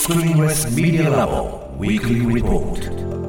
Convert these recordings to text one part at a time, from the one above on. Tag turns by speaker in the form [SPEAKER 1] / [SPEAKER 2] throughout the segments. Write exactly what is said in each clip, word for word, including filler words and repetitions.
[SPEAKER 1] Screen West Media Lab Weekly Report。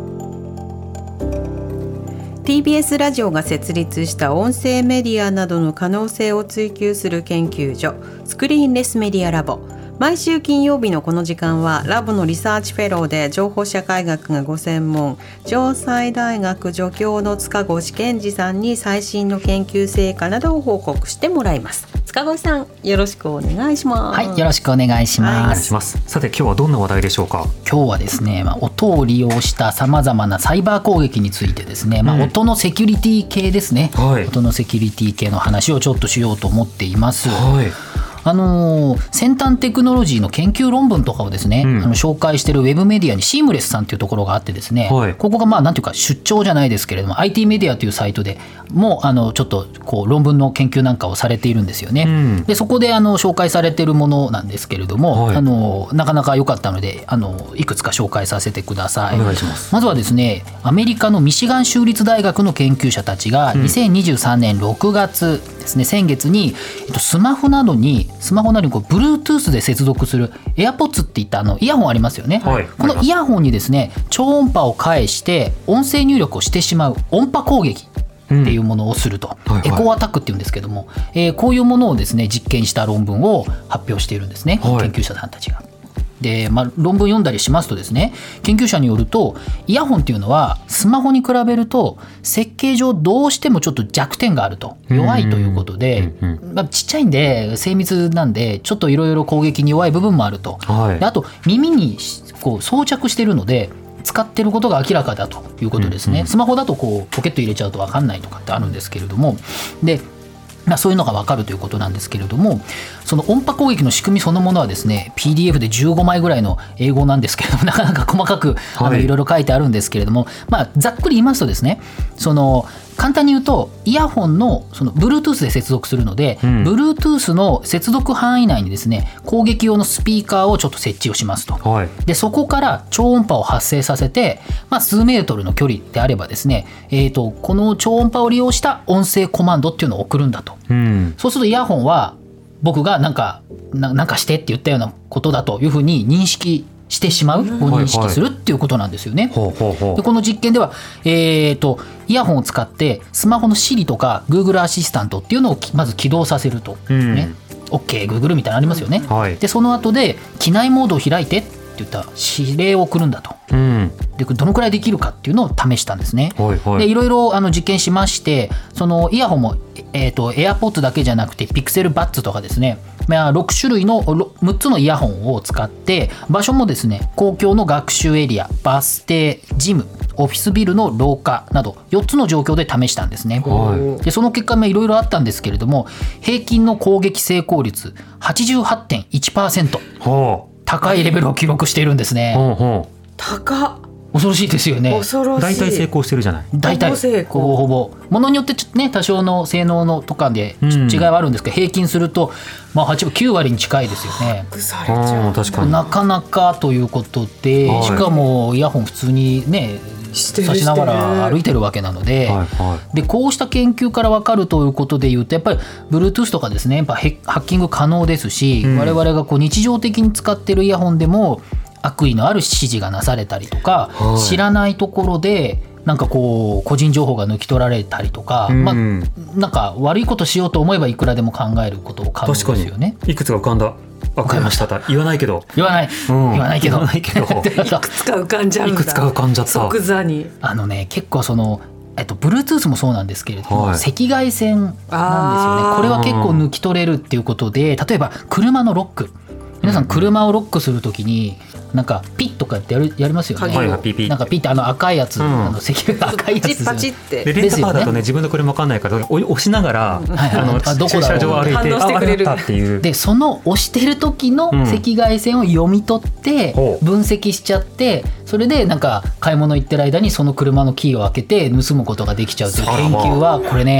[SPEAKER 2] ティービーエス ラジオが設立した音声メディアなどの可能性を追求する研究所、スクリーンレスメディアラボ。毎週金曜日のこの時間はラボのリサーチフェローで情報社会学がご専門、城西大学助教の塚越健二さんに最新の研究成果などを報告してもらいます。塚越さん、よろしくお願いします。
[SPEAKER 3] はい、よろしくお願いします。
[SPEAKER 4] はい、お願いします。さて今日はどんな話題でしょうか。
[SPEAKER 3] 今日はですね、まあ、音を利用したさまざまなサイバー攻撃についてですね、まあ、音のセキュリティ系ですね、はい、音のセキュリティ系の話をちょっとしようと思っています。はい、あのー、先端テクノロジーの研究論文とかをですね、うん、あの紹介しているウェブメディアにシームレスさんというところがあってですね、はい、ここがまあなんていうか出張じゃないですけれども アイティー メディアというサイトでもうあのちょっとこう論文の研究なんかをされているんですよね。うん、でそこであの紹介されているものなんですけれども、はい、あのなかなか良かったのであのいくつか紹介させてください。
[SPEAKER 4] お願いします。
[SPEAKER 3] まずはですね、アメリカのミシガン州立大学の研究者たちがにせんにじゅうさんねんろくがつですね、先月に、えっと、スマホなどにスマホなどにこう Bluetooth で接続する AirPods っていったあのイヤホンありますよね。はい、このイヤホンにですね超音波を介して音声入力をしてしまう音波攻撃っていうものをすると、うんはいはい、エコーアタックっていうんですけども、えー、こういうものをですね実験した論文を発表しているんですね、はい、研究者さんたちが。で、まあ、論文読んだりしますとですね、研究者によるとイヤホンっていうのはスマホに比べると設計上どうしてもちょっと弱点があると、弱いということで、うんうんまあ、ちっちゃいんで精密なんでちょっといろいろ攻撃に弱い部分もあると、はい、であと耳にこう装着しているので使っていることが明らかだということですね。うんうん、スマホだとこうポケット入れちゃうと分かんないとかってあるんですけれども、でまあ、そういうのが分かるということなんですけれども、その音波攻撃の仕組みそのものはですね ピーディーエフ でじゅうごまいぐらいの英語なんですけれども、なかなか細かくあのいろいろ書いてあるんですけれども、まあ、ざっくり言いますとですね、その簡単に言うとイヤホンのその Bluetooth で接続するので、うん、Bluetooth の接続範囲内にですね攻撃用のスピーカーをちょっと設置をしますと、はい、でそこから超音波を発生させて、まあ、数メートルの距離であればですね、えーと、この超音波を利用した音声コマンドっていうのを送るんだと、うん、そうするとイヤホンは僕がなんかな、なんかしてって言ったようなことだというふうに認識してしまう、ご認識するっていうことなんですよね。はいはい、でこの実験では、えーと、イヤホンを使ってスマホの Siri とか Google アシスタントっていうのをまず起動させると、うんね、OK Google みたいなのありますよね。はい、でその後で機内モードを開いてって言った指令を送るんだと、うん、でどのくらいできるかっていうのを試したんですね。はいはい、でいろいろあの実験しまして、そのイヤホンも、えーと、AirPods だけじゃなくて Pixel Buds とかですね、ろくしゅるいのむっつのイヤホンを使って、場所もですね公共の学習エリア、バス停、ジム、オフィスビルの廊下などよっつの状況で試したんですね。はい、でその結果いろいろあったんですけれども、平均の攻撃成功率 はちじゅうはちてんいちパーセント、はあ、高いレベルを記録しているんですね。はあはあ、
[SPEAKER 2] 高っ、
[SPEAKER 3] 恐ろしいですよね。
[SPEAKER 2] 恐ろしい。
[SPEAKER 4] 大体成功してるじゃない。
[SPEAKER 3] 大体ほぼほぼ、ものによってちょっとね多少の性能のとかで違いはあるんですけど、うん、平均するとまあはちきゅうわりに近いですよね。
[SPEAKER 4] あ確かに
[SPEAKER 3] なかなかということで、はい、しかもイヤホン普通にね差しながら歩いてるわけなので、はいはい、でこうした研究から分かるということでいうと、やっぱり Bluetooth とかですね、やっぱハッキング可能ですし、うん、我々がこう日常的に使ってるイヤホンでも悪意のある指示がなされたりとか、はい、知らないところでなんかこう個人情報が抜き取られたりとか、うんまあ、なんか悪いことしようと思えばいくらでも考えることを可能ですよね。
[SPEAKER 4] いくつか浮かんだ。わかりました。言わないけど
[SPEAKER 3] 言わない、うん、言わないけど
[SPEAKER 2] いくつか浮かんじゃうんだ。
[SPEAKER 4] いくつか浮かんじゃった。
[SPEAKER 2] 即座に
[SPEAKER 3] あのね結構そのえっと、Bluetooth もそうなんですけれども、はい、赤外線なんですよね。これは結構抜き取れるっていうことで、例えば車のロック、皆さん車をロックするときになんかピッとかってやるやりますよね。はいはい、ピピなんかピッてあの赤いやつ、うん、あの石油赤いやつ
[SPEAKER 2] パチッって
[SPEAKER 4] でレンタカーだとね自分の車分かんないから押しながら、うん、あのあどこだろう駐車場を歩いて
[SPEAKER 2] 反応してくれる
[SPEAKER 4] あっていう
[SPEAKER 3] でその押してる時の赤外線を読み取って分析しちゃって、うん、それでなんか買い物行ってる間にその車のキーを開けて盗むことができちゃうという研究はこれね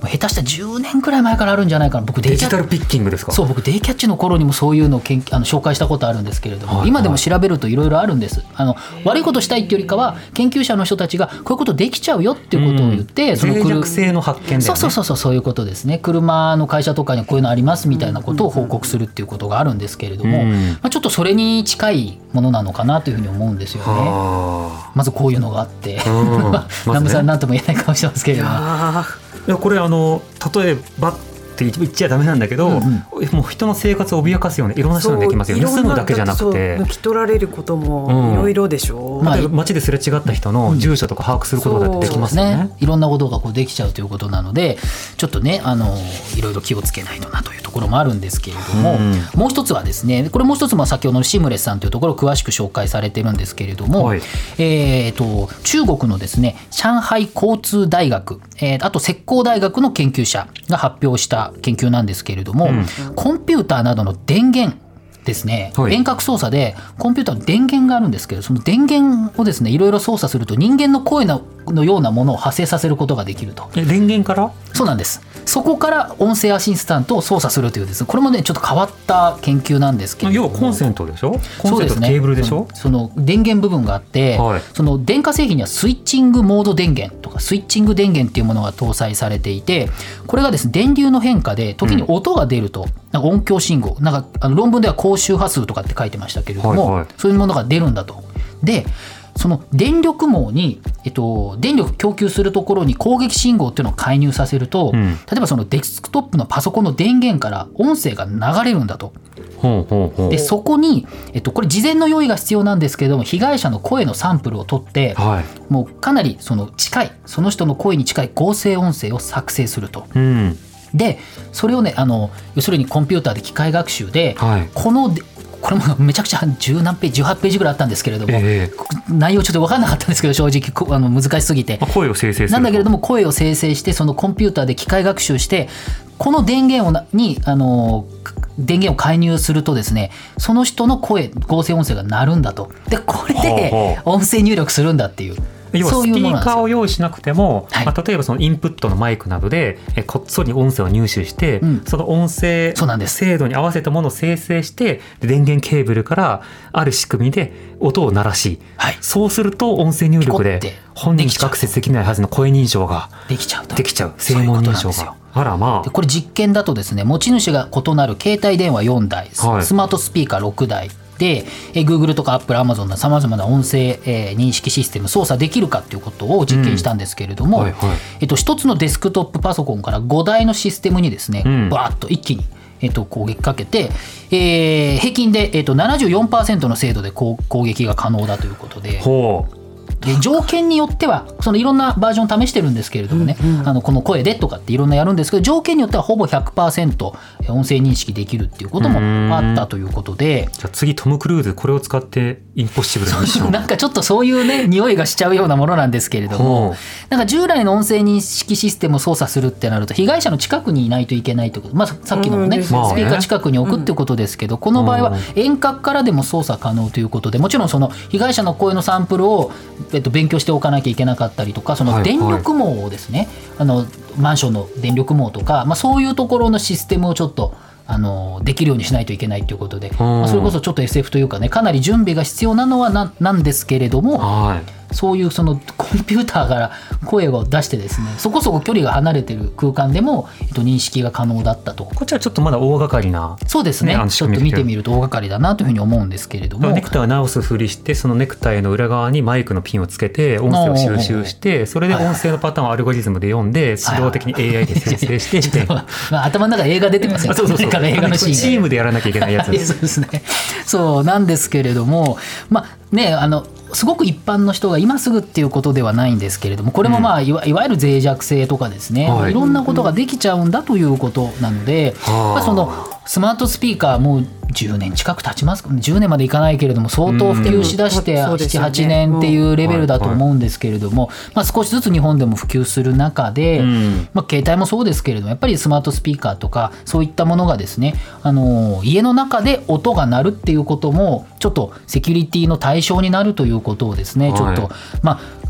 [SPEAKER 3] 下手したらじゅうねんくらい前からあるんじゃないかな。僕
[SPEAKER 4] デジタルピッキングですか。
[SPEAKER 3] そう僕デイキャッチの頃にもそういうのをけんあの紹介したことあるんですけれども、はいはい、今でも調べるといろいろあるんです。あの悪いことしたいっていうよりかは研究者の人たちがこういうことできちゃうよっていうことを言って、うん、
[SPEAKER 4] その脆弱性の発見だよね。
[SPEAKER 3] そうそうそうそうそういうことですね。車の会社とかにこういうのありますみたいなことを報告するっていうことがあるんですけれども、うんまあ、ちょっとそれに近いものなのかなというふうに思うんですよね。まずこういうのがあって、うん、南部さん何とも言えないかもしれませんけれども、
[SPEAKER 4] いやこれあの例えばって言っちゃダメなんだけど、うんうん、もう人の生活を脅かすようないろんな人ができますよ。盗むだけじゃなくて
[SPEAKER 2] 抜き取られることもいろいろでしょう、
[SPEAKER 4] うん、例えば街ですれ違った人の住所とか把握することだってできますよね、うん、そうですね。
[SPEAKER 3] いろんなことがこうできちゃうということなのでちょっとねあのいろいろ気をつけないとなというところもあるんですけれども、うん、もう一つはですねこれもう一つも先ほどのシムレスさんというところを詳しく紹介されてるんですけれども、はいえー、と中国のですね上海交通大学、えー、あと浙江大学の研究者が発表した研究なんですけれども、うん、コンピューターなどの電源ですね、はい、遠隔操作でコンピューターの電源があるんですけどその電源をですねいろいろ操作すると人間の声のようなものを発生させることができると。
[SPEAKER 4] え電源から
[SPEAKER 3] そうなんです。そこから音声アシスタントを操作するというですねこれもねちょっと変わった研究なんですけれども、
[SPEAKER 4] 要はコンセントでしょ。コンセントとケーブルでしょ。
[SPEAKER 3] その電源部分があって、はい、その電化製品にはスイッチングモード電源とかスイッチング電源っていうものが搭載されていてこれがですね電流の変化で時に音が出ると、うん、なんか音響信号なんかあの論文では高周波数とかって書いてましたけれども、はいはい、そういうものが出るんだと。でその電力網に、えっと、電力供給するところに攻撃信号っていうのを介入させると、うん、例えばそのデスクトップのパソコンの電源から音声が流れるんだと。
[SPEAKER 4] ほうほうほう。
[SPEAKER 3] でそこに、えっと、これ事前の用意が必要なんですけれども被害者の声のサンプルを取って、はい、もうかなりその近いその人の声に近い合成音声を作成すると。うんでそれをねあの要するにコンピューターで機械学習で、はい、このこれもめちゃくちゃ十何ページじゅうはちページぐらいあったんですけれども、えー、内容ちょっと分からなかったんですけど正直あの難しすぎて
[SPEAKER 4] 声を生成する
[SPEAKER 3] なんだけれども声を生成してそのコンピューターで機械学習してこの電源をなにあの電源を介入するとですねその人の声合成音声が鳴るんだと。でこれで音声入力するんだっていう。
[SPEAKER 4] 要はスピーカーを用意しなくても、はいまあ、例えばそのインプットのマイクなどでえこっそり音声を入手して、うん、その音声精度に合わせたものを生成して電源ケーブルからある仕組みで音を鳴らし、はい、そうすると音声入力で本人しかアクセスできないはずの声認証が
[SPEAKER 3] できちゃうと
[SPEAKER 4] できちゃう声紋認証があらまあ
[SPEAKER 3] でこれ実験だとですね持ち主が異なる携帯電話よんだい、はい、スマートスピーカーろくだいで、えー、Google とか Apple、Amazon なさまざまな音声、えー、認識システム操作できるかということを実験したんですけれども、うんはいはいえっと、一つのデスクトップパソコンからごだいのシステムにですね、うん、バーッと一気に、えっと、攻撃かけて、えー、平均で、えっと、ななじゅうよんパーセント の精度で攻撃が可能だということで。ほうで条件によってはそのいろんなバージョン試してるんですけれどもね、うんうん、あのこの声でとかっていろんなやるんですけど条件によってはほぼ ひゃくパーセント 音声認識できるっていうこともあったということで
[SPEAKER 4] じゃあ次トム・クルーズこれを使ってインポッシブルなミッション
[SPEAKER 3] なんかちょっとそういうね匂いがしちゃうようなものなんですけれどもなんか従来の音声認識システムを操作するってなると被害者の近くにいないといけないということ、まあ、さっきのね、うん、スピーカー近くに置くっていうことですけど、うん、この場合は遠隔からでも操作可能ということでもちろんその被害者の声のサンプルを、えっと、勉強しておかなきゃいけなかったりとかその電力網をですね、はいはい、あのマンションの電力網とか、まあ、そういうところのシステムをちょっとあのできるようにしないといけないということで、まあ、それこそちょっと エスエフ というかねかなり準備が必要なのは な, なんですけれども、はい、そういうそのコンピューターから声を出してですねそこそこ距離が離れてる空間でも、えっと、認識が可能だったと。
[SPEAKER 4] こっちはちょっとまだ大掛かりな
[SPEAKER 3] そうですね、ねちょっと見てみると大掛かりだなというふうに思うんですけれども
[SPEAKER 4] ネクタイを直すふりしてそのネクタイの裏側にマイクのピンをつけて音声を収集してそれで音声のパターンをアルゴリズムで読んで自動的に エーアイ で生成してみたいな
[SPEAKER 3] まあ、頭の中映画出てますよね
[SPEAKER 4] そうそうそう
[SPEAKER 3] 映画のシーン
[SPEAKER 4] チームでやらなきゃいけないやつ
[SPEAKER 3] そうですねそうなんですけれどもまあねあのすごく一般の人が今すぐっていうことではないんですけれどもこれもまあい わ, いわゆる脆弱性とかですね、はい、いろんなことができちゃうんだということなので、うん、そのスマートスピーカーもうじゅうねん近く経ちますじゅうねんまでいかないけれども相当普及しだしてなな、はちねんっていうレベルだと思うんですけれども、まあ、少しずつ日本でも普及する中で、まあ、携帯もそうですけれどもやっぱりスマートスピーカーとかそういったものがですねあの家の中で音が鳴るっていうこともちょっとセキュリティの対象になるということをですねちょっとまあ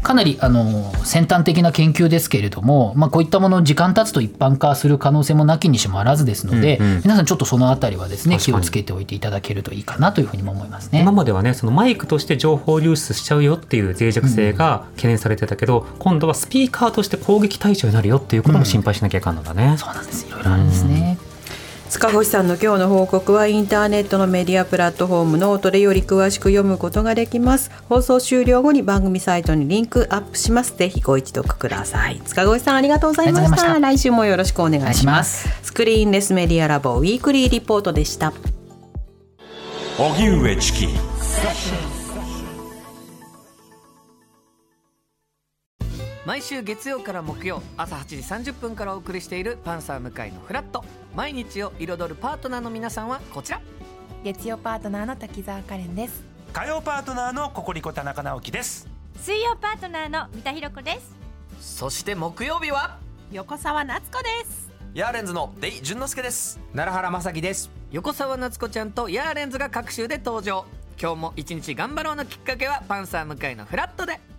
[SPEAKER 3] かなりあの先端的な研究ですけれども、まあ、こういったもの時間経つと一般化する可能性もなきにしもあらずですので、うんうん、皆さんちょっとそのあたりはですね気をつけておいていただけるといいかなというふうにも思いますね。
[SPEAKER 4] 今まではねそのマイクとして情報流出しちゃうよっていう脆弱性が懸念されてたけど、うん、今度はスピーカーとして攻撃対象になるよっていうことも心配しなきゃいかんのだね、
[SPEAKER 3] うん、そうなんです。いろいろあるんですね、うん。
[SPEAKER 2] 塚越さんの今日の報告はインターネットのメディアプラットフォームノートでより詳しく読むことができます。放送終了後に番組サイトにリンクアップします。ぜひご一読ください。塚越さんありがとうございました。した来週もよろしくお願いします。スクリーンレスメディアラボウィークリーリポートでした。
[SPEAKER 1] 荻上チキ
[SPEAKER 5] 毎週月曜から木曜朝はちじさんじゅっぷんからお送りしているパンサー向井のフラット。毎日を彩るパートナーの皆さんはこちら。
[SPEAKER 6] 月曜パートナーの滝沢カレンです。
[SPEAKER 7] 火曜パートナーのココリコ田中直樹です。
[SPEAKER 8] 水曜パートナーの三田寛子です。
[SPEAKER 5] そして木曜日は
[SPEAKER 8] 横澤夏子です。
[SPEAKER 9] ヤーレンズのデイ淳之介です。
[SPEAKER 10] 奈良原正樹です。
[SPEAKER 5] 横澤夏子ちゃんとヤーレンズが各週で登場。今日も一日頑張ろうのきっかけはパンサー向井のフラットで。